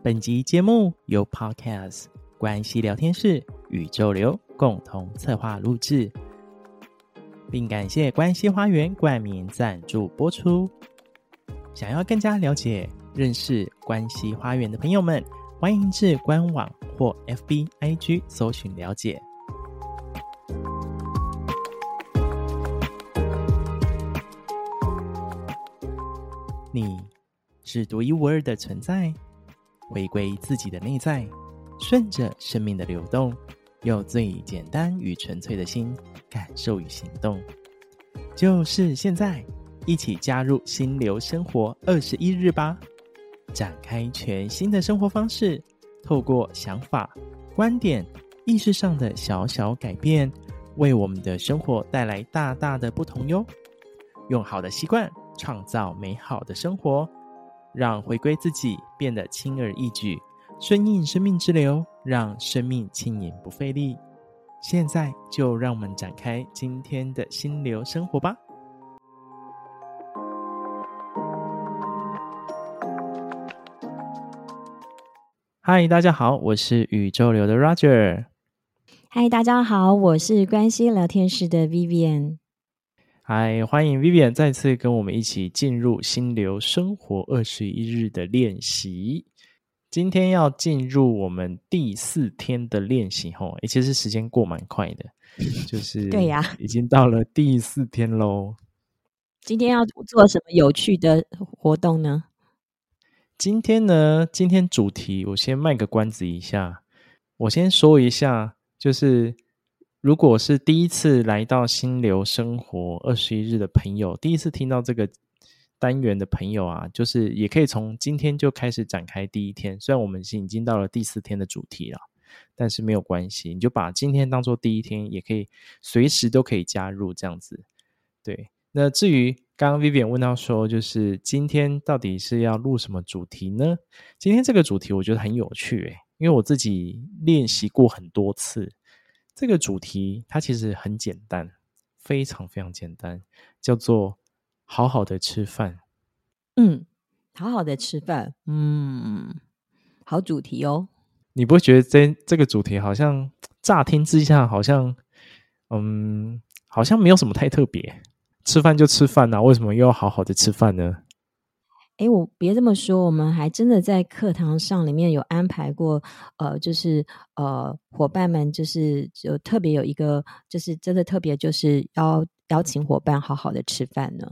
本集节目由 Podcast 关系聊天室宇宙流共同策划录制，并感谢关系花园冠名赞助播出。想要更加了解认识关系花园的朋友们，欢迎至官网或 FB、IG 搜寻了解。你是独一无二的存在，回归自己的内在，顺着生命的流动，用最简单与纯粹的心感受与行动。就是现在，一起加入心流生活21日吧，展开全新的生活方式，透过想法、观点、意识上的小小改变，为我们的生活带来大大的不同哟。用好的习惯创造美好的生活，让回归自己变得轻而易举，顺应生命之流，让生命轻盈不费力。现在就让我们展开今天的心流生活吧。嗨，大家好，我是宇宙流的 Roger。 嗨，大家好，我是关系聊天室的 Vivian。 嗨，欢迎 Vivian 再次跟我们一起进入心流生活21日的练习。今天要进入我们第4天的练习吼，其实时间过蛮快的，就是对呀， 已经到了第4天咯。 今天要做什么有趣的活动呢？ 今天主题我先卖个关子一下，我先说一下，就是如果是第一次来到心流生活21日的朋友，第一次听到这个单元的朋友啊，就是也可以从今天就开始展开第1天，虽然我们已经到了第4天的主题了，但是没有关系，你就把今天当做第1天，也可以随时都可以加入这样子。对，那至于刚刚 Vivian 问到说，就是今天到底是要录什么主题呢？今天这个主题我觉得很有趣因为我自己练习过很多次。这个主题它其实很简单，非常非常简单，叫做好好的吃饭。 好好的吃饭，好主题哦。 你不会觉得这个主题好像乍听之下好像没有什么太特别，吃饭就吃饭啊，为什么又要好好的吃饭呢？ 我别这么说，我们还真的在课堂上里面有安排过，就是伙伴们就特别有一个，就是真的特别就是邀请伙伴好好的吃饭呢。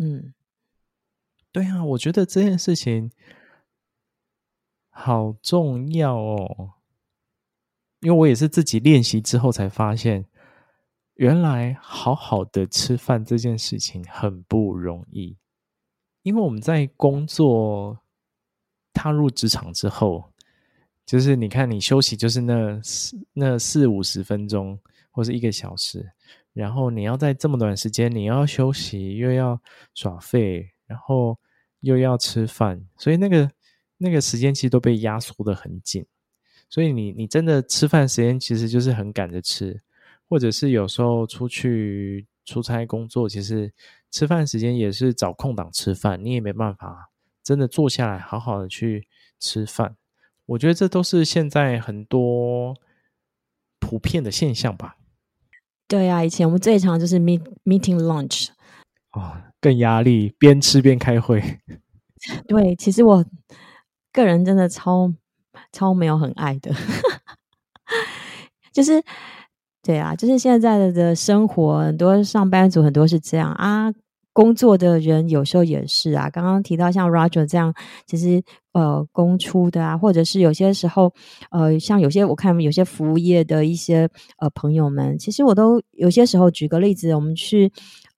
对啊，我觉得这件事情好重要哦，因为我也是自己练习之后才发现，原来好好的吃饭这件事情很不容易。因为我们在工作踏入职场之后，就是你看你休息就是那40-50分钟或是1个小时，然后你要在这么短时间你要休息又要耍废，然后又要吃饭，所以那个时间其实都被压缩得很紧，所以你真的吃饭时间其实就是很赶着吃，或者是有时候出去出差工作，其实吃饭时间也是找空档吃饭，你也没办法真的坐下来好好的去吃饭。我觉得这都是现在很多普遍的现象吧。 对啊，以前我们最常就是 meeting lunch。 更压力，边吃边开会。 对，其实我个人真的超没有很爱的。就是对啊，就是现在的生活，很多上班族很多是这样啊，工作的人有时候也是啊。刚刚提到像 Roger 这样，其实公出的啊，或者是有些时候像我看有些服务业的一些朋友们，其实我都有些时候举个例子，我们去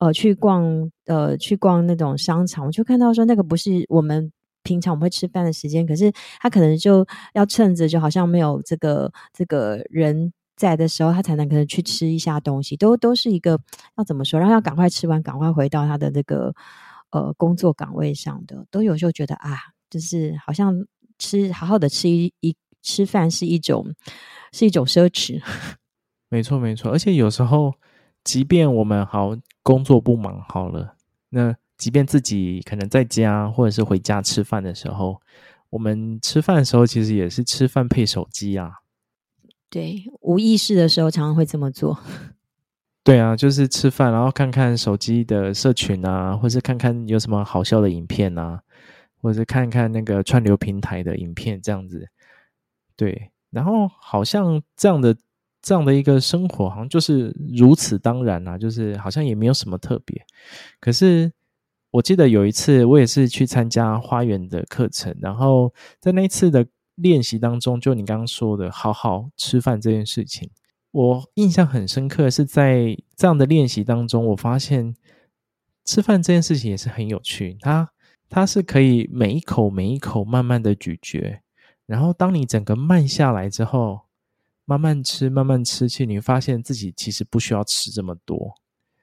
逛那种商场，我就看到说那个不是我们平常我们会吃饭的时间，可是他可能就要趁着就好像没有这个人在的时候，他才能可能去吃一下东西，都是一个要怎么说，然后要赶快吃完，赶快回到他的那个工作岗位上的，都有时候觉得啊，就是好像好好的吃饭是一种奢侈。 没错没错，而且有时候即便我们工作不忙好了，那即便自己可能在家或者是回家吃饭的时候， 我们吃饭的时候其实也是吃饭配手机啊。 对，无意识的时候常常会这么做。 对啊，就是吃饭，然后看看手机的社群啊，或是看看有什么好笑的影片啊，或者是看看那个串流平台的影片这样子。对，然后好像这样的一个生活，好像就是如此当然啊，就是好像也没有什么特别。可是我记得有一次，我也是去参加花园的课程，然后在那一次的练习当中，就你刚刚说的好好吃饭这件事情。我印象很深刻是在这样的练习当中，我发现吃饭这件事情也是很有趣，它是可以每一口每一口慢慢的咀嚼，然后当你整个慢下来之后，慢慢吃慢慢吃，其实你会发现自己其实不需要吃这么多，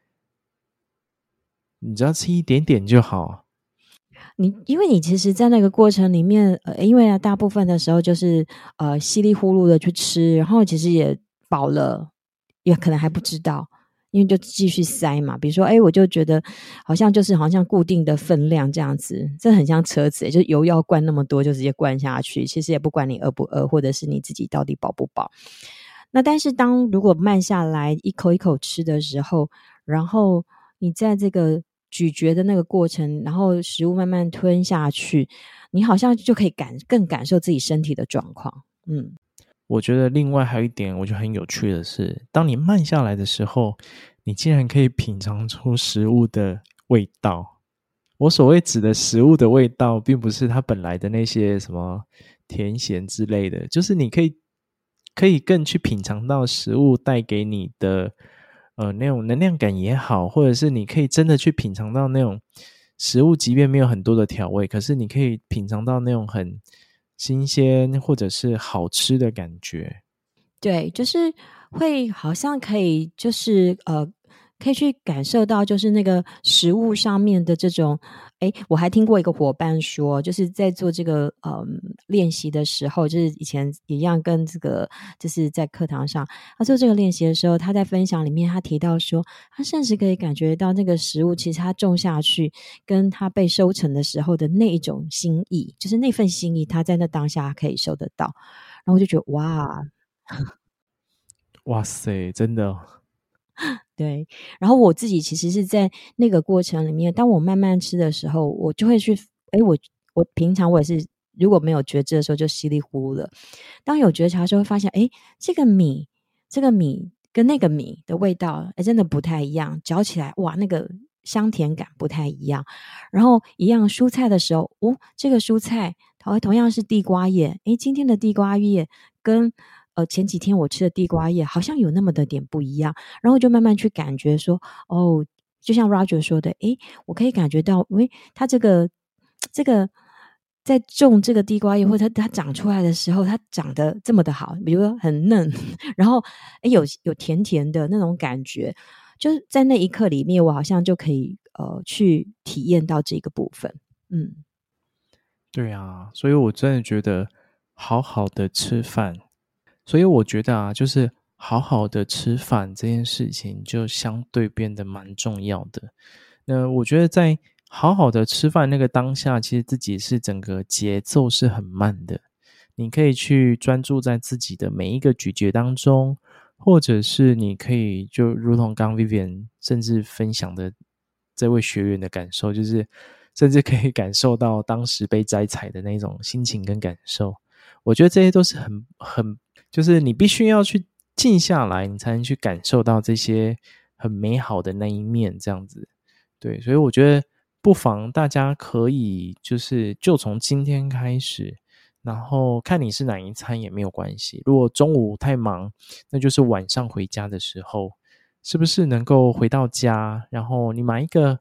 你只要吃一点点就好。 因为你其实在那个过程里面，因为大部分的时候就是稀里糊涂的去吃，然后其实也饱了，也可能还不知道，因为就继续塞嘛。比如说，我就觉得好像固定的分量这样子，这很像车子，就是油要灌那么多就直接灌下去，其实也不管你饿不饿，或者是你自己到底饱不饱。那但是如果慢下来一口一口吃的时候，然后你在这个咀嚼的那个过程，然后食物慢慢吞下去，你好像就可以更感受自己身体的状况。 我觉得另外还有一点我觉得很有趣的是，当你慢下来的时候，你竟然可以品尝出食物的味道。我所谓指的食物的味道，并不是它本来的那些什么甜咸之类的，就是你可以更去品尝到食物带给你的那种能量感也好，或者是你可以真的去品尝到那种食物，即便没有很多的调味，可是你可以品尝到那种很新鲜或者是好吃的感觉。 对，就是会好像可以可以去感受到就是那个食物上面的这种我还听过一个伙伴说，就是在做这个练习的时候，就是以前一样跟这个就是在课堂上，他做这个练习的时候，他在分享里面他提到说，他甚至可以感觉到那个食物其实他种下去跟他被收成的时候的那一种心意，就是那份心意他在那当下可以收得到，然后我就觉得哇， 哇塞，真的哦。 对，然后我自己其实是在那个过程里面，当我慢慢吃的时候，我就会去，我平常我也是，如果没有觉知的时候就稀里糊涂了。当有觉察的时候，会发现，这个米跟那个米的味道，真的不太一样，嚼起来哇，那个香甜感不太一样。然后一样蔬菜的时候，这个蔬菜同样是地瓜叶，今天的地瓜叶跟前几天我吃的地瓜叶好像有那么的点不一样，然后就慢慢去感觉说，就像 Roger 说的，我可以感觉到，它这个在种这个地瓜叶，或者它长出来的时候，它长得这么的好，比如说很嫩，然后有甜甜的那种感觉，就是在那一刻里面，我好像就可以去体验到这个部分。 对啊，所以我真的觉得好好的吃饭，所以我觉得啊，就是好好的吃饭这件事情，就相对变得蛮重要的。那我觉得在好好的吃饭那个当下，其实自己是整个节奏是很慢的。你可以去专注在自己的每一个咀嚼当中，或者是你可以就如同刚 Vivian 甚至分享的这位学员的感受，就是甚至可以感受到当时被摘采的那种心情跟感受。我觉得这些都是很就是你必须要去静下来，你才能去感受到这些很美好的那一面，这样子。对，所以我觉得不妨大家可以就从今天开始，然后看你是哪一餐也没有关系。如果中午太忙，那就是晚上回家的时候，是不是能够回到家，然后你买一个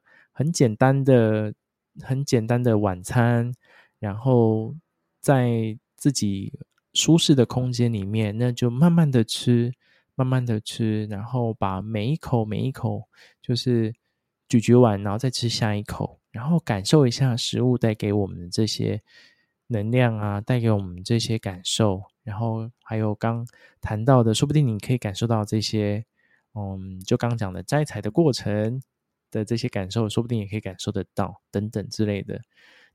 很简单的晚餐，然后在自己舒适的空间里面，那就慢慢的吃，慢慢的吃，然后把每一口每一口就是咀嚼完，然后再吃下一口，然后感受一下食物带给我们的这些能量啊，带给我们这些感受，然后还有刚谈到的，说不定你可以感受到这些，就刚讲的摘采的过程的这些感受，说不定也可以感受得到，等等之类的。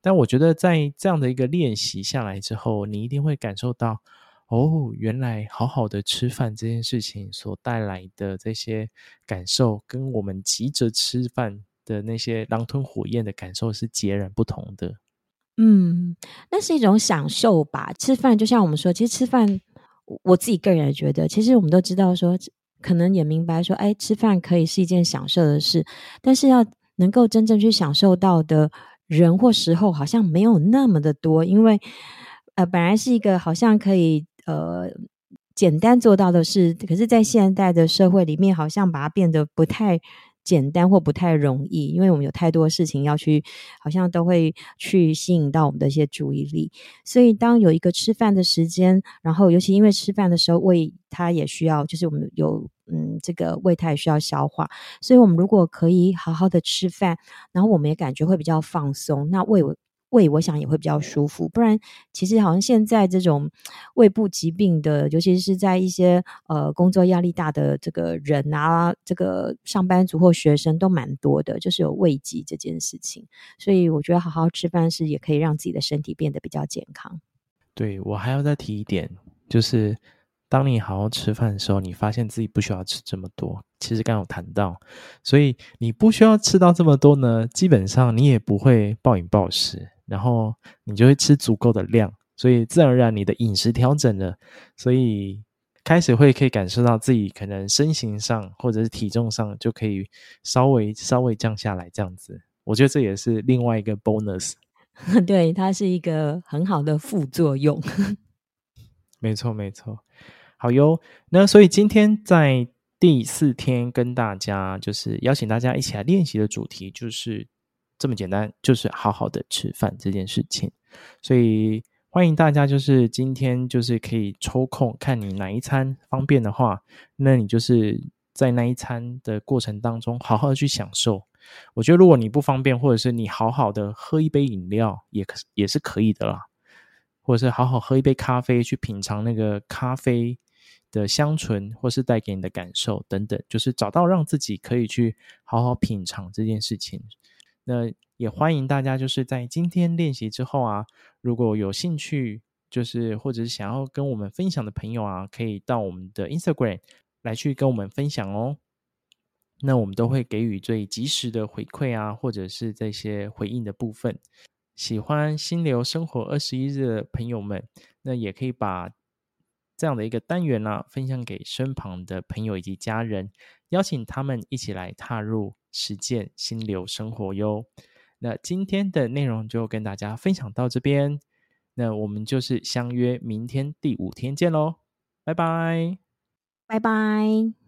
但我觉得在这样的一个练习下来之后，你一定会感受到，哦，原来好好的吃饭这件事情所带来的这些感受，跟我们急着吃饭的那些狼吞虎咽的感受是截然不同的。 那是一种享受吧。吃饭就像我们说，其实吃饭，我自己个人也觉得，其实我们都知道说，可能也明白说，哎，吃饭可以是一件享受的事，但是要能够真正去享受到的人或时候，好像没有那么的多，因为本来是一个好像可以简单做到的事，可是在现代的社会里面，好像把它变得不太简单或不太容易，因为我们有太多事情要去，好像都会去吸引到我们的一些注意力。所以当有一个吃饭的时间，然后尤其因为吃饭的时候胃它也需要，就是我们有这个胃它也需要消化，所以我们如果可以好好的吃饭，然后我们也感觉会比较放松，那胃我想也会比较舒服，不然其实好像现在这种胃部疾病的，尤其是在一些工作压力大的这个人啊，这个上班族或学生都蛮多的，就是有胃疾这件事情，所以我觉得好好吃饭是也可以让自己的身体变得比较健康。 对，我还要再提一点，就是当你好好吃饭的时候，你发现自己不需要吃这么多。其实刚刚有谈到，所以你不需要吃到这么多呢，基本上你也不会暴饮暴食，然后你就会吃足够的量，所以自然而然你的饮食调整了，所以开始可以感受到自己可能身形上或者是体重上就可以稍微降下来这样子。我觉得这也是另外一个 bonus。 对，它是一个很好的副作用。 没错没错。好哟，那所以今天在第4天跟大家就是邀请大家一起来练习的主题就是这么简单，就是好好的吃饭这件事情。所以欢迎大家就是今天就是可以抽空看你哪一餐方便的话，那你就是在那一餐的过程当中好好的去享受。我觉得如果你不方便，或者是你好好的喝一杯饮料也是可以的啦，或者是好好喝一杯咖啡，去品尝那个咖啡的香醇，或是带给你的感受等等，就是找到让自己可以去好好品尝这件事情。那也欢迎大家就是在今天练习之后啊，如果有兴趣，就是或者是想要跟我们分享的朋友啊，可以到我们的 Instagram 来去跟我们分享哦。那我们都会给予最及时的回馈啊，或者是这些回应的部分。喜欢心流生活21日的朋友们，那也可以把这样的一个单元啊，分享给身旁的朋友以及家人，邀请他们一起来踏入实践心流生活哟。那今天的内容就跟大家分享到这边，那我们就是相约明天第5天见喽，拜拜。 拜拜。